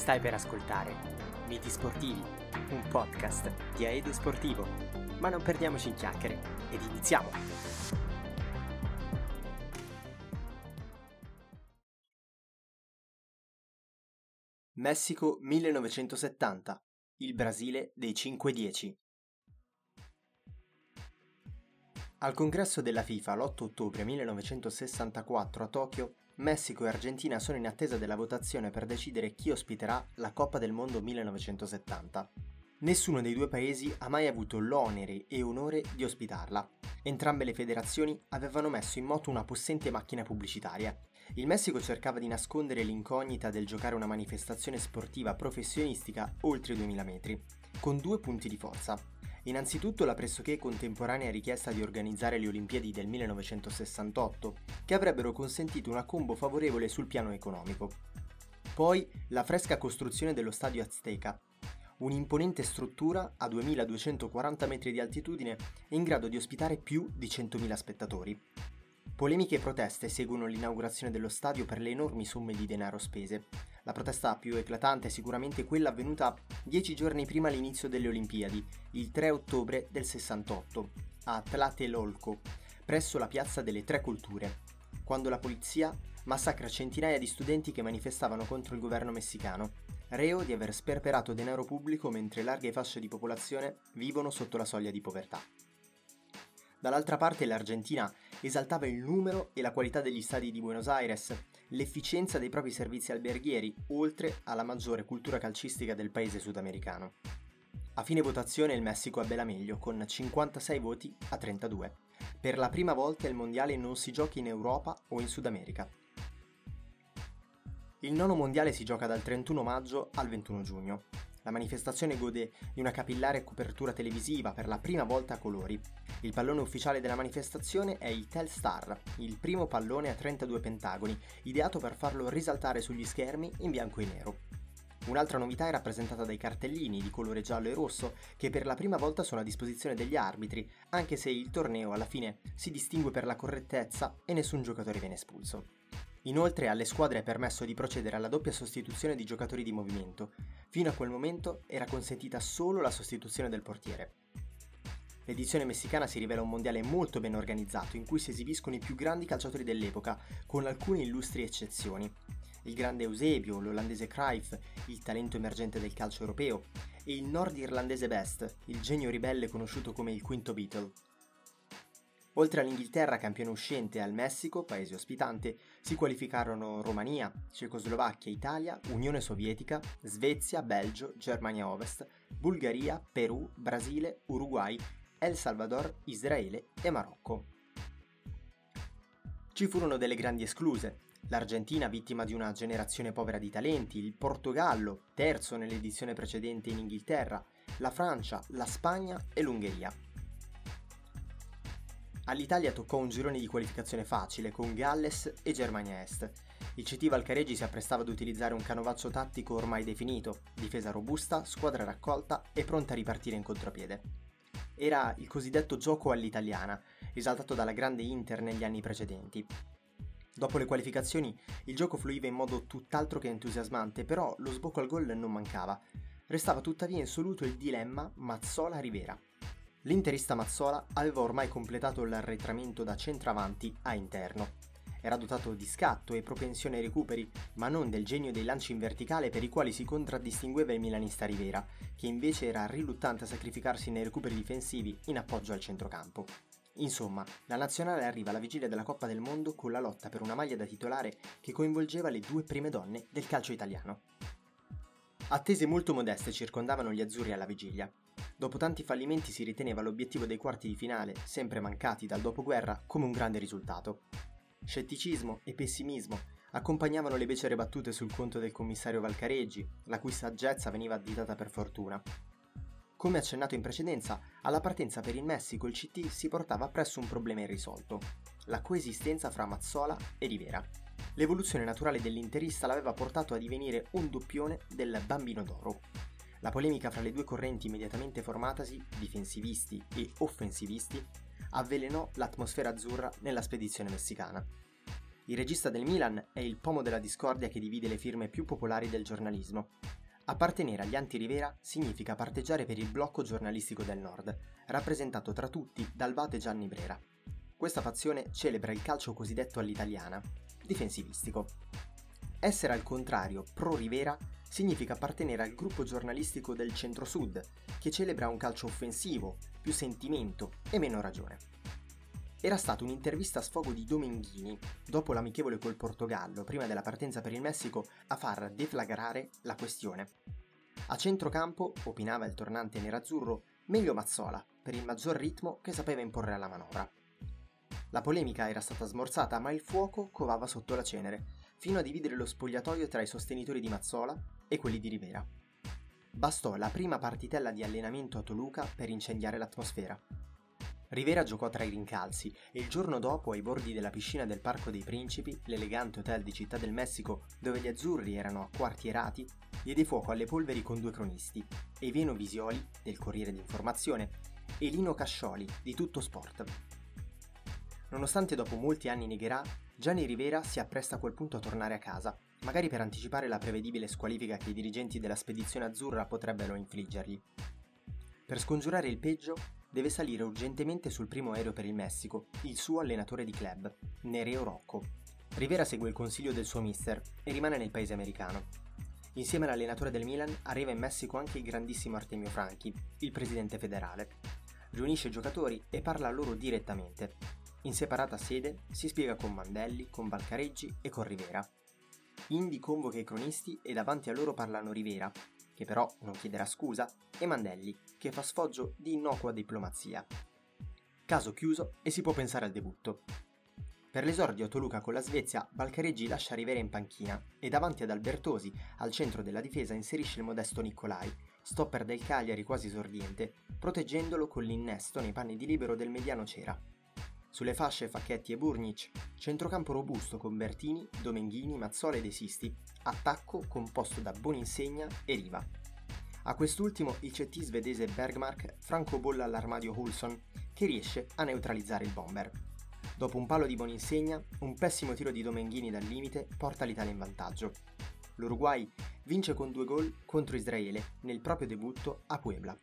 Stai per ascoltare Miti Sportivi, un podcast di Aedo Sportivo. Ma non perdiamoci in chiacchiere ed iniziamo! Messico 1970, il Brasile dei 5-10. Al congresso della FIFA l'8 ottobre 1964 a Tokyo, Messico e Argentina sono in attesa della votazione per decidere chi ospiterà la Coppa del Mondo 1970. Nessuno dei due paesi ha mai avuto l'onere e onore di ospitarla. Entrambe le federazioni avevano messo in moto una possente macchina pubblicitaria. Il Messico cercava di nascondere l'incognita del giocare una manifestazione sportiva professionistica oltre i 2000 metri, con due punti di forza. Innanzitutto la pressoché contemporanea richiesta di organizzare le Olimpiadi del 1968, che avrebbero consentito una combo favorevole sul piano economico. Poi la fresca costruzione dello Stadio Azteca, un'imponente struttura a 2240 metri di altitudine e in grado di ospitare più di 100.000 spettatori. Polemiche e proteste seguono l'inaugurazione dello stadio per le enormi somme di denaro spese. La protesta più eclatante è sicuramente quella avvenuta 10 giorni prima l'inizio delle Olimpiadi, il 3 ottobre del 68, a Tlatelolco, presso la Piazza delle Tre Culture, quando la polizia massacra centinaia di studenti che manifestavano contro il governo messicano, reo di aver sperperato denaro pubblico mentre larghe fasce di popolazione vivono sotto la soglia di povertà. Dall'altra parte l'Argentina esaltava il numero e la qualità degli stadi di Buenos Aires, l'efficienza dei propri servizi alberghieri, oltre alla maggiore cultura calcistica del paese sudamericano. A fine votazione il Messico ebbe la meglio, con 56 voti a 32. Per la prima volta il mondiale non si gioca in Europa o in Sud America. Il nono mondiale si gioca dal 31 maggio al 21 giugno. La manifestazione gode di una capillare copertura televisiva per la prima volta a colori. Il pallone ufficiale della manifestazione è il Telstar, il primo pallone a 32 pentagoni, ideato per farlo risaltare sugli schermi in bianco e nero. Un'altra novità è rappresentata dai cartellini di colore giallo e rosso che per la prima volta sono a disposizione degli arbitri, anche se il torneo alla fine si distingue per la correttezza e nessun giocatore viene espulso. Inoltre alle squadre è permesso di procedere alla doppia sostituzione di giocatori di movimento. Fino a quel momento era consentita solo la sostituzione del portiere. L'edizione messicana si rivela un mondiale molto ben organizzato in cui si esibiscono i più grandi calciatori dell'epoca, con alcune illustri eccezioni. Il grande Eusebio, l'olandese Cruyff, il talento emergente del calcio europeo, e il nord-irlandese Best, il genio ribelle conosciuto come il quinto Beatle. Oltre all'Inghilterra, campione uscente, e al Messico, paese ospitante, si qualificarono Romania, Cecoslovacchia, Italia, Unione Sovietica, Svezia, Belgio, Germania Ovest, Bulgaria, Perù, Brasile, Uruguay, El Salvador, Israele e Marocco. Ci furono delle grandi escluse: l'Argentina, vittima di una generazione povera di talenti, il Portogallo, terzo nell'edizione precedente in Inghilterra, la Francia, la Spagna e l'Ungheria. All'Italia toccò un girone di qualificazione facile con Galles e Germania Est. Il CT Valcareggi si apprestava ad utilizzare un canovaccio tattico ormai definito, difesa robusta, squadra raccolta e pronta a ripartire in contropiede. Era il cosiddetto gioco all'italiana, esaltato dalla grande Inter negli anni precedenti. Dopo le qualificazioni il gioco fluiva in modo tutt'altro che entusiasmante, però lo sbocco al gol non mancava. Restava tuttavia insoluto il dilemma Mazzola-Rivera. L'interista Mazzola aveva ormai completato l'arretramento da centravanti a interno. Era dotato di scatto e propensione ai recuperi, ma non del genio dei lanci in verticale per i quali si contraddistingueva il milanista Rivera, che invece era riluttante a sacrificarsi nei recuperi difensivi in appoggio al centrocampo. Insomma, la nazionale arriva alla vigilia della Coppa del Mondo con la lotta per una maglia da titolare che coinvolgeva le due prime donne del calcio italiano. Attese molto modeste circondavano gli azzurri alla vigilia. Dopo tanti fallimenti si riteneva l'obiettivo dei quarti di finale, sempre mancati dal dopoguerra, come un grande risultato. Scetticismo e pessimismo accompagnavano le becere battute sul conto del commissario Valcareggi, la cui saggezza veniva additata per fortuna. Come accennato in precedenza, alla partenza per il Messico il CT si portava presso un problema irrisolto: la coesistenza fra Mazzola e Rivera. L'evoluzione naturale dell'interista l'aveva portato a divenire un doppione del Bambino d'Oro. La polemica fra le due correnti immediatamente formatasi, difensivisti e offensivisti, avvelenò l'atmosfera azzurra nella spedizione messicana. Il regista del Milan è il pomo della discordia che divide le firme più popolari del giornalismo. Appartenere agli anti-Rivera significa parteggiare per il blocco giornalistico del Nord, rappresentato tra tutti dal Vate Gianni Brera. Questa fazione celebra il calcio cosiddetto all'italiana, difensivistico. Essere al contrario pro-Rivera significa appartenere al gruppo giornalistico del centro-sud, che celebra un calcio offensivo, più sentimento e meno ragione. Era stata un'intervista a sfogo di Domenghini, dopo l'amichevole col Portogallo, prima della partenza per il Messico, a far deflagrare la questione. A centrocampo, opinava il tornante nerazzurro, meglio Mazzola, per il maggior ritmo che sapeva imporre alla manovra. La polemica era stata smorzata, ma il fuoco covava sotto la cenere, fino a dividere lo spogliatoio tra i sostenitori di Mazzola e quelli di Rivera. Bastò la prima partitella di allenamento a Toluca per incendiare l'atmosfera. Rivera giocò tra i rincalzi e il giorno dopo, ai bordi della piscina del Parco dei Principi, l'elegante hotel di Città del Messico dove gli azzurri erano acquartierati, diede fuoco alle polveri con 2 cronisti, Eveno Visioli, del Corriere d'Informazione, e Lino Cascioli, di Tutto Sport. Nonostante dopo molti anni negherà, Gianni Rivera si appresta a quel punto a tornare a casa, magari per anticipare la prevedibile squalifica che i dirigenti della spedizione azzurra potrebbero infliggergli. Per scongiurare il peggio, deve salire urgentemente sul primo aereo per il Messico, il suo allenatore di club, Nereo Rocco. Rivera segue il consiglio del suo mister e rimane nel paese americano. Insieme all'allenatore del Milan arriva in Messico anche il grandissimo Artemio Franchi, il presidente federale. Riunisce i giocatori e parla a loro direttamente. In separata sede si spiega con Mandelli, con Valcareggi e con Rivera. Indy convoca i cronisti e davanti a loro parlano Rivera, che però non chiederà scusa, e Mandelli, che fa sfoggio di innocua diplomazia. Caso chiuso e si può pensare al debutto. Per l'esordio a Toluca con la Svezia, Valcareggi lascia Rivera in panchina e davanti ad Albertosi, al centro della difesa, inserisce il modesto Nicolai, stopper del Cagliari quasi esordiente, proteggendolo con l'innesto nei panni di libero del mediano Cera. Sulle fasce Facchetti e Burnic, centrocampo robusto con Bertini, Domenghini, Mazzola e De Sisti, attacco composto da Boninsegna e Riva. A quest'ultimo il CT svedese Bergmark francobolla all'armadio Hulson, che riesce a neutralizzare il bomber. Dopo un palo di Boninsegna, un pessimo tiro di Domenghini dal limite porta l'Italia in vantaggio. L'Uruguay vince con 2 gol contro Israele nel proprio debutto a Puebla.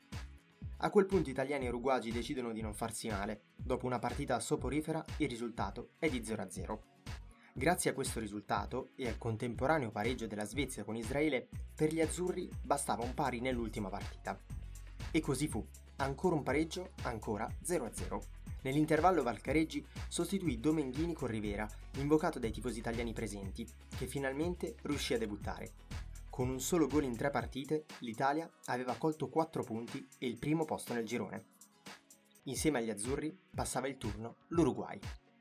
A quel punto italiani e uruguagi decidono di non farsi male. Dopo una partita soporifera, il risultato è di 0-0. Grazie a questo risultato e al contemporaneo pareggio della Svezia con Israele, per gli azzurri bastava un pari nell'ultima partita. E così fu. Ancora un pareggio, ancora 0-0. Nell'intervallo Valcareggi sostituì Domenghini con Rivera, invocato dai tifosi italiani presenti, che finalmente riuscì a debuttare. Con un solo gol in 3 partite, l'Italia aveva colto 4 punti e il primo posto nel girone. Insieme agli azzurri passava il turno l'Uruguay.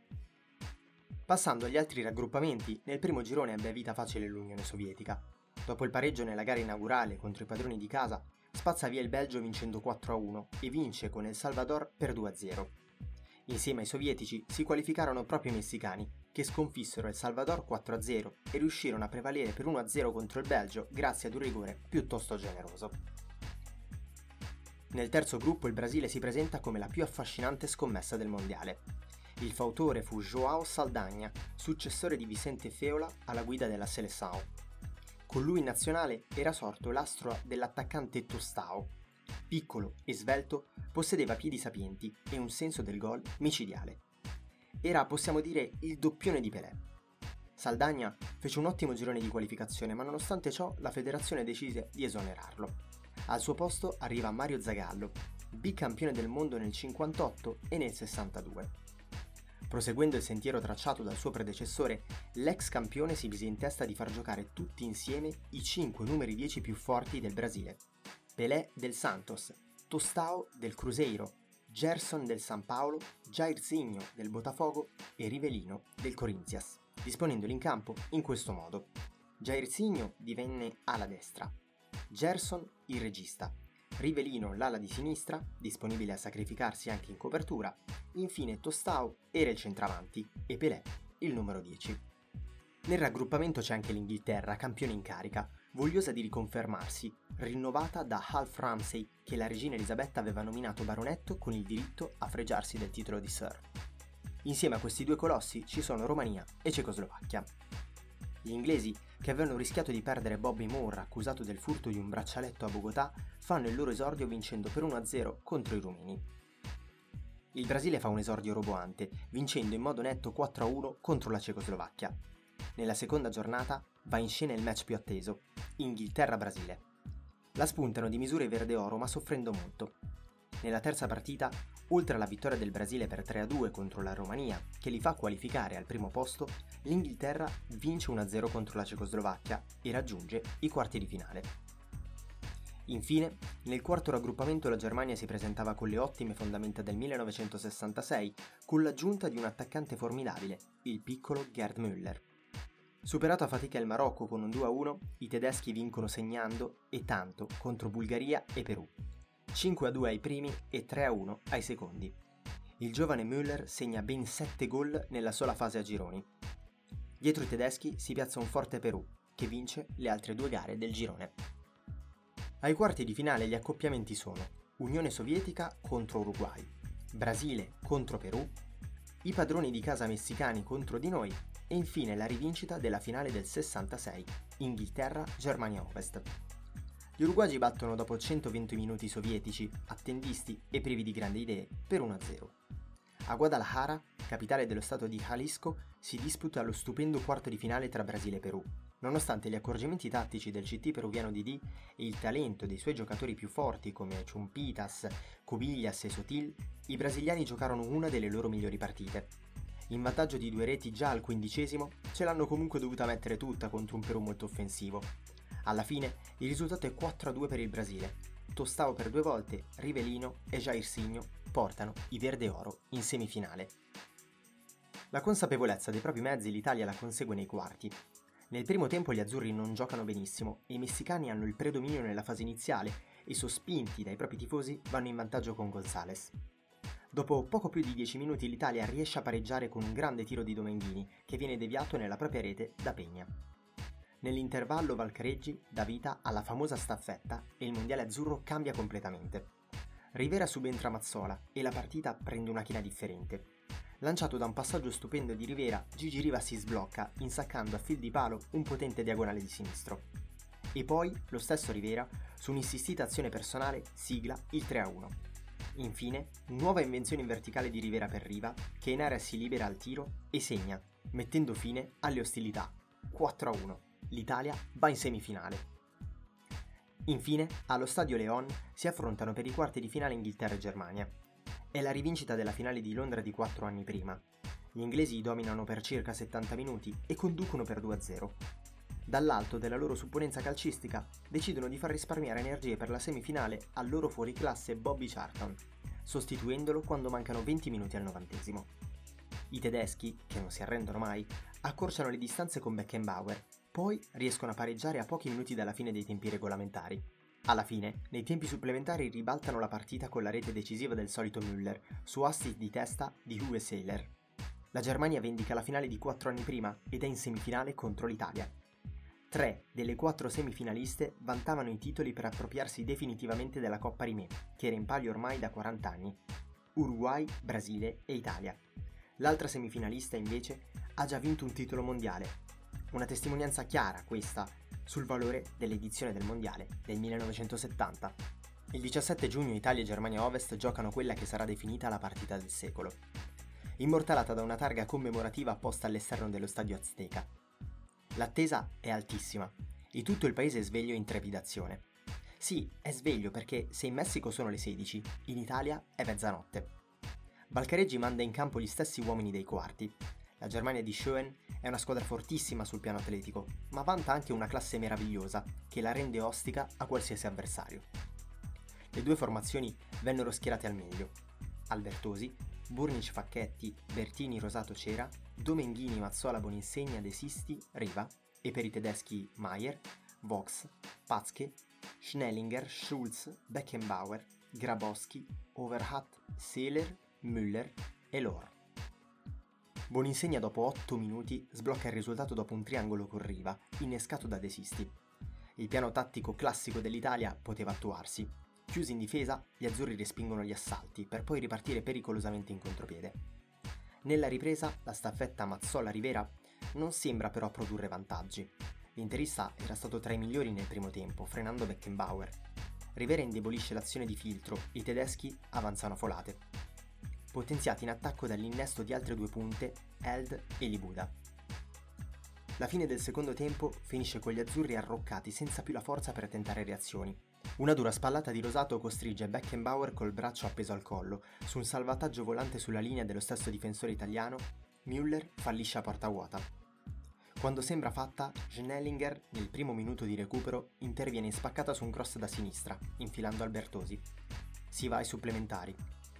Passando agli altri raggruppamenti, nel primo girone ebbe vita facile l'Unione Sovietica. Dopo il pareggio nella gara inaugurale contro i padroni di casa, spazza via il Belgio vincendo 4-1 e vince con El Salvador per 2-0. Insieme ai sovietici si qualificarono proprio i messicani, che sconfissero El Salvador 4-0 e riuscirono a prevalere per 1-0 contro il Belgio grazie ad un rigore piuttosto generoso. Nel terzo gruppo il Brasile si presenta come la più affascinante scommessa del mondiale. Il fautore fu João Saldanha, successore di Vicente Feola alla guida della Seleção. Con lui in nazionale era sorto l'astro dell'attaccante Tostao. Piccolo e svelto, possedeva piedi sapienti e un senso del gol micidiale. Era, possiamo dire, il doppione di Pelé. Saldanha fece un ottimo girone di qualificazione, ma nonostante ciò la federazione decise di esonerarlo. Al suo posto arriva Mario Zagallo, bicampione del mondo nel 58 e nel 62. Proseguendo il sentiero tracciato dal suo predecessore, l'ex campione si mise in testa di far giocare tutti insieme i 5 numeri 10 più forti del Brasile. Pelé del Santos, Tostao del Cruzeiro, Gerson del San Paolo, Jairzinho del Botafogo e Rivelino del Corinthians, disponendoli in campo in questo modo. Jairzinho divenne ala destra, Gerson il regista, Rivelino l'ala di sinistra, disponibile a sacrificarsi anche in copertura, infine Tostao era il centravanti e Pelé il numero 10. Nel raggruppamento c'è anche l'Inghilterra, campione in carica, vogliosa di riconfermarsi, rinnovata da Alf Ramsey, che la regina Elisabetta aveva nominato baronetto con il diritto a fregiarsi del titolo di Sir. Insieme a questi due colossi ci sono Romania e Cecoslovacchia. Gli inglesi, che avevano rischiato di perdere Bobby Moore accusato del furto di un braccialetto a Bogotà, fanno il loro esordio vincendo per 1-0 contro i rumeni. Il Brasile fa un esordio roboante, vincendo in modo netto 4-1 contro la Cecoslovacchia. Nella seconda giornata va in scena il match più atteso, Inghilterra-Brasile. La spuntano di misure verde-oro ma soffrendo molto. Nella terza partita, oltre alla vittoria del Brasile per 3-2 contro la Romania, che li fa qualificare al primo posto, l'Inghilterra vince 1-0 contro la Cecoslovacchia e raggiunge i quarti di finale. Infine, nel quarto raggruppamento la Germania si presentava con le ottime fondamenta del 1966, con l'aggiunta di un attaccante formidabile, il piccolo Gerd Müller. Superato a fatica il Marocco con un 2-1, i tedeschi vincono segnando, e tanto, contro Bulgaria e Perù. 5-2 ai primi e 3-1 ai secondi. Il giovane Müller segna ben 7 gol nella sola fase a gironi. Dietro i tedeschi si piazza un forte Perù, che vince le altre 2 gare del girone. Ai quarti di finale gli accoppiamenti sono Unione Sovietica contro Uruguay, Brasile contro Perù, i padroni di casa messicani contro di noi e infine la rivincita della finale del 66, Inghilterra-Germania Ovest. Gli uruguagi battono dopo 120 minuti i sovietici, attendisti e privi di grandi idee, per 1-0. A Guadalajara, capitale dello stato di Jalisco, si disputa lo stupendo quarto di finale tra Brasile e Perù. Nonostante gli accorgimenti tattici del CT peruviano Didi e il talento dei suoi giocatori più forti come Chumpitas, Cubillas e Sotil, i brasiliani giocarono una delle loro migliori partite. In vantaggio di 2 reti già al 15°, ce l'hanno comunque dovuta mettere tutta contro un Perù molto offensivo. Alla fine, il risultato è 4-2 per il Brasile. Tostao per 2 volte, Rivelino e Jairzinho portano i verde-oro in semifinale. La consapevolezza dei propri mezzi l'Italia la consegue nei quarti. Nel primo tempo gli azzurri non giocano benissimo e i messicani hanno il predominio nella fase iniziale e sospinti dai propri tifosi vanno in vantaggio con González. Dopo poco più di 10 minuti l'Italia riesce a pareggiare con un grande tiro di Domenghini che viene deviato nella propria rete da Peña. Nell'intervallo Valcareggi dà vita alla famosa staffetta e il mondiale azzurro cambia completamente. Rivera subentra Mazzola e la partita prende una china differente. Lanciato da un passaggio stupendo di Rivera, Gigi Rivas si sblocca, insaccando a fil di palo un potente diagonale di sinistro. E poi, lo stesso Rivera, su un'insistita azione personale, sigla il 3-1. Infine, nuova invenzione in verticale di Rivera per Riva, che in area si libera al tiro e segna, mettendo fine alle ostilità. 4-1. L'Italia va in semifinale. Infine, allo Stadio León si affrontano per i quarti di finale Inghilterra e Germania. È la rivincita della finale di Londra di 4 anni prima. Gli inglesi dominano per circa 70 minuti e conducono per 2-0. Dall'alto della loro supponenza calcistica decidono di far risparmiare energie per la semifinale al loro fuoriclasse Bobby Charlton, sostituendolo quando mancano 20 minuti al 90°. I tedeschi, che non si arrendono mai, accorciano le distanze con Beckenbauer, poi riescono a pareggiare a pochi minuti dalla fine dei tempi regolamentari. Alla fine, nei tempi supplementari ribaltano la partita con la rete decisiva del solito Müller, su assist di testa di Uwe Seeler. La Germania vendica la finale di 4 anni prima ed è in semifinale contro l'Italia. 3 delle 4 semifinaliste vantavano i titoli per appropriarsi definitivamente della Coppa Rimè, che era in palio ormai da 40 anni. Uruguay, Brasile e Italia. L'altra semifinalista, invece, ha già vinto un titolo mondiale. Una testimonianza chiara, questa, sul valore dell'edizione del mondiale del 1970. Il 17 giugno Italia e Germania Ovest giocano quella che sarà definita la partita del secolo. Immortalata da una targa commemorativa apposta all'esterno dello stadio Azteca. L'attesa è altissima e tutto il paese è sveglio in trepidazione. Sì, è sveglio perché se in Messico sono le 16, in Italia è mezzanotte. Valcareggi manda in campo gli stessi uomini dei quarti. La Germania di Schoen è una squadra fortissima sul piano atletico, ma vanta anche una classe meravigliosa che la rende ostica a qualsiasi avversario. Le 2 formazioni vennero schierate al meglio. Albertosi, Burnic Facchetti, Bertini Rosato Cera, Domenghini Mazzola Boninsegna De Sisti, Riva e per i tedeschi Maier, Vox, Patzke, Schnellinger, Schulz, Beckenbauer, Grabowski, Overhatt, Seeler, Müller e Lohr. Boninsegna dopo 8 minuti sblocca il risultato dopo un triangolo con Riva, innescato da De Sisti. Il piano tattico classico dell'Italia poteva attuarsi. Chiusi in difesa, gli azzurri respingono gli assalti, per poi ripartire pericolosamente in contropiede. Nella ripresa, la staffetta Mazzola-Rivera non sembra però produrre vantaggi. L'interista era stato tra i migliori nel primo tempo, frenando Beckenbauer. Rivera indebolisce l'azione di filtro e i tedeschi avanzano a folate, potenziati in attacco dall'innesto di altre due punte, Held e Libuda. La fine del secondo tempo finisce con gli azzurri arroccati senza più la forza per tentare reazioni. Una dura spallata di Rosato costringe Beckenbauer col braccio appeso al collo. Su un salvataggio volante sulla linea dello stesso difensore italiano, Müller fallisce a porta vuota. Quando sembra fatta, Schnellinger, nel primo minuto di recupero, interviene in spaccata su un cross da sinistra, infilando Albertosi. Si va ai supplementari.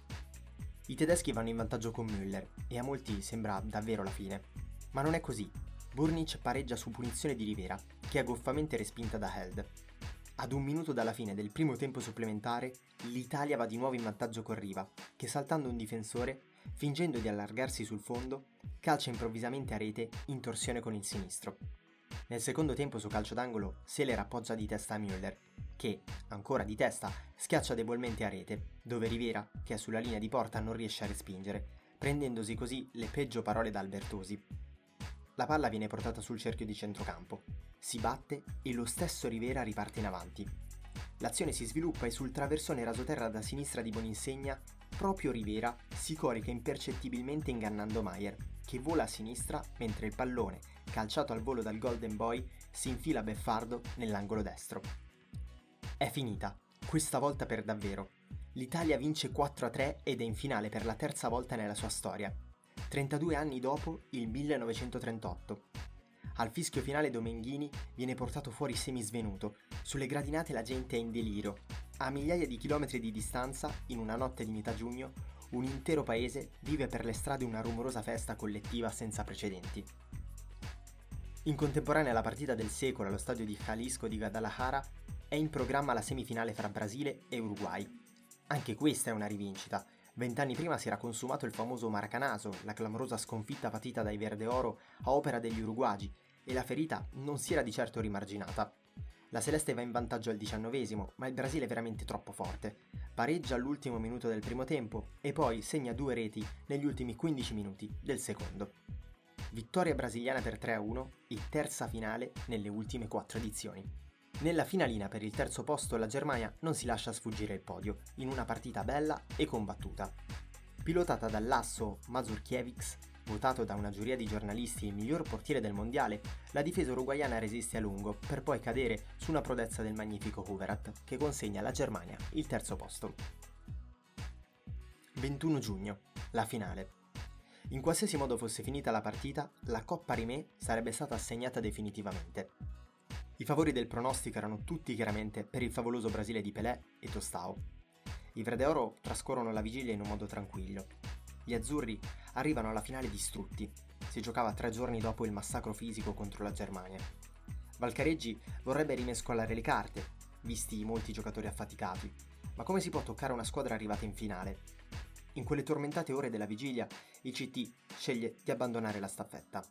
I tedeschi vanno in vantaggio con Müller e a molti sembra davvero la fine. Ma non è così. Burnic pareggia su punizione di Rivera, che è goffamente respinta da Held. Ad un minuto dalla fine del primo tempo supplementare, l'Italia va di nuovo in vantaggio con Riva, che saltando un difensore, fingendo di allargarsi sul fondo, calcia improvvisamente a rete in torsione con il sinistro. Nel secondo tempo su calcio d'angolo, Seler appoggia di testa a Müller, che, ancora di testa, schiaccia debolmente a rete, dove Rivera, che è sulla linea di porta, non riesce a respingere, prendendosi così le peggio parole da Albertosi. La palla viene portata sul cerchio di centrocampo, si batte e lo stesso Rivera riparte in avanti. L'azione si sviluppa e sul traversone rasoterra da sinistra di Boninsegna, proprio Rivera si corica impercettibilmente ingannando Maier, che vola a sinistra mentre il pallone, calciato al volo dal Golden Boy, si infila beffardo nell'angolo destro. È finita, questa volta per davvero. L'Italia vince 4-3 ed è in finale per la terza volta nella sua storia. 32 anni dopo il 1938. Al fischio finale Domenghini viene portato fuori semisvenuto. Sulle gradinate la gente è in delirio. A migliaia di chilometri di distanza, in una notte di metà giugno, un intero paese vive per le strade una rumorosa festa collettiva senza precedenti. In contemporanea alla partita del secolo allo stadio di Jalisco di Guadalajara è in programma la semifinale fra Brasile e Uruguay. Anche questa è una rivincita. 20 anni prima si era consumato il famoso Maracanazo, la clamorosa sconfitta patita dai Verde Oro a opera degli uruguagi, e la ferita non si era di certo rimarginata. La Celeste va in vantaggio al 19°, ma il Brasile è veramente troppo forte. Pareggia all'ultimo minuto del primo tempo e poi segna 2 reti negli ultimi 15 minuti del secondo. Vittoria brasiliana per 3-1 e terza finale nelle ultime 4 edizioni. Nella finalina per il terzo posto la Germania non si lascia sfuggire il podio, in una partita bella e combattuta. Pilotata dall'asso Mazurkiewicz, votato da una giuria di giornalisti il miglior portiere del mondiale, la difesa uruguaiana resiste a lungo, per poi cadere su una prodezza del magnifico Huverat, che consegna alla Germania il terzo posto. 21 giugno, la finale. In qualsiasi modo fosse finita la partita, la Coppa Rimè sarebbe stata assegnata definitivamente. I favori del pronostico erano tutti chiaramente per il favoloso Brasile di Pelé e Tostao. I Verde Oro trascorrono la vigilia in un modo tranquillo. Gli azzurri arrivano alla finale distrutti. Si giocava 3 giorni dopo il massacro fisico contro la Germania. Valcareggi vorrebbe rimescolare le carte, visti molti giocatori affaticati, ma come si può toccare una squadra arrivata in finale? In quelle tormentate ore della vigilia, il CT sceglie di abbandonare la staffetta.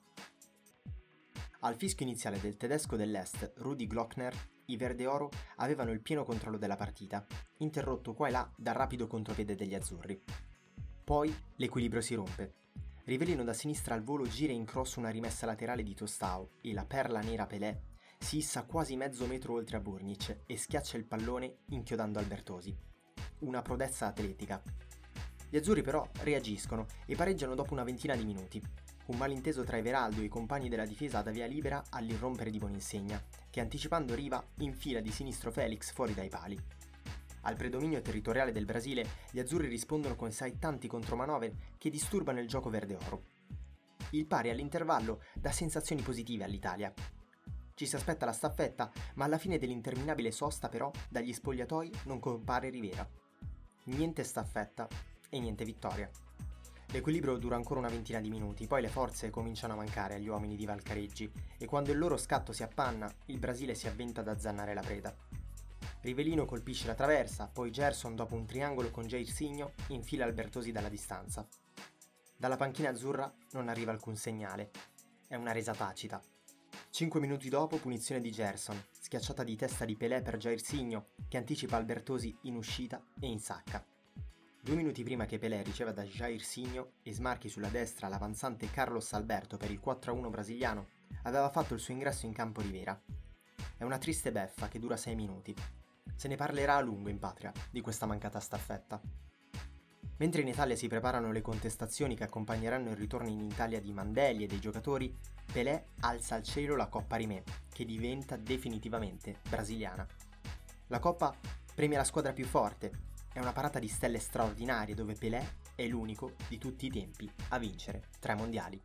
Al fischio iniziale del tedesco dell'Est, Rudi Glockner, i Verde Oro avevano il pieno controllo della partita, interrotto qua e là dal rapido contropiede degli azzurri. Poi l'equilibrio si rompe. Rivellino da sinistra al volo gira in cross una rimessa laterale di Tostao e la perla nera Pelé si issa quasi mezzo metro oltre a Burnic e schiaccia il pallone inchiodando Albertosi. Una prodezza atletica. Gli azzurri però reagiscono e pareggiano dopo una ventina di minuti. Un malinteso tra Everaldo e i compagni della difesa dà via libera all'irrompere di Boninsegna, che anticipando Riva infila di sinistro Felix fuori dai pali. Al predominio territoriale del Brasile, gli azzurri rispondono con tanti contromanovre che disturbano il gioco verde-oro. Il pari all'intervallo dà sensazioni positive all'Italia. Ci si aspetta la staffetta, ma alla fine dell'interminabile sosta però dagli spogliatoi non compare Rivera. Niente staffetta e niente vittoria. L'equilibrio dura ancora una ventina di minuti, poi le forze cominciano a mancare agli uomini di Valcareggi e quando il loro scatto si appanna, il Brasile si avventa ad azzannare la preda. Rivellino colpisce la traversa, poi Gerson dopo un triangolo con Jairzinho infila Albertosi dalla distanza. Dalla panchina azzurra non arriva alcun segnale, è una resa tacita. 5 minuti dopo punizione di Gerson, schiacciata di testa di Pelé per Jairzinho che anticipa Albertosi in uscita e in sacca. 2 minuti prima che Pelé riceva da Jair Signo e smarchi sulla destra l'avanzante Carlos Alberto per il 4-1 brasiliano, aveva fatto il suo ingresso in campo Rivera. È una triste beffa che dura 6 minuti. Se ne parlerà a lungo in patria di questa mancata staffetta. Mentre in Italia si preparano le contestazioni che accompagneranno il ritorno in Italia di Mandelli e dei giocatori, Pelé alza al cielo la Coppa Rimè, che diventa definitivamente brasiliana. La Coppa premia la squadra più forte, è una parata di stelle straordinarie dove Pelé è l'unico di tutti i tempi a vincere 3 mondiali.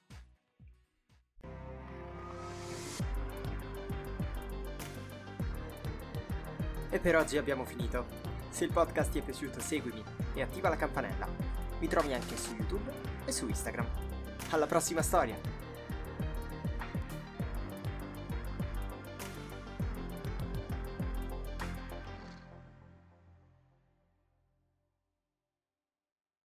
E per oggi abbiamo finito. Se il podcast ti è piaciuto seguimi e attiva la campanella. Mi trovi anche su YouTube e su Instagram. Alla prossima storia!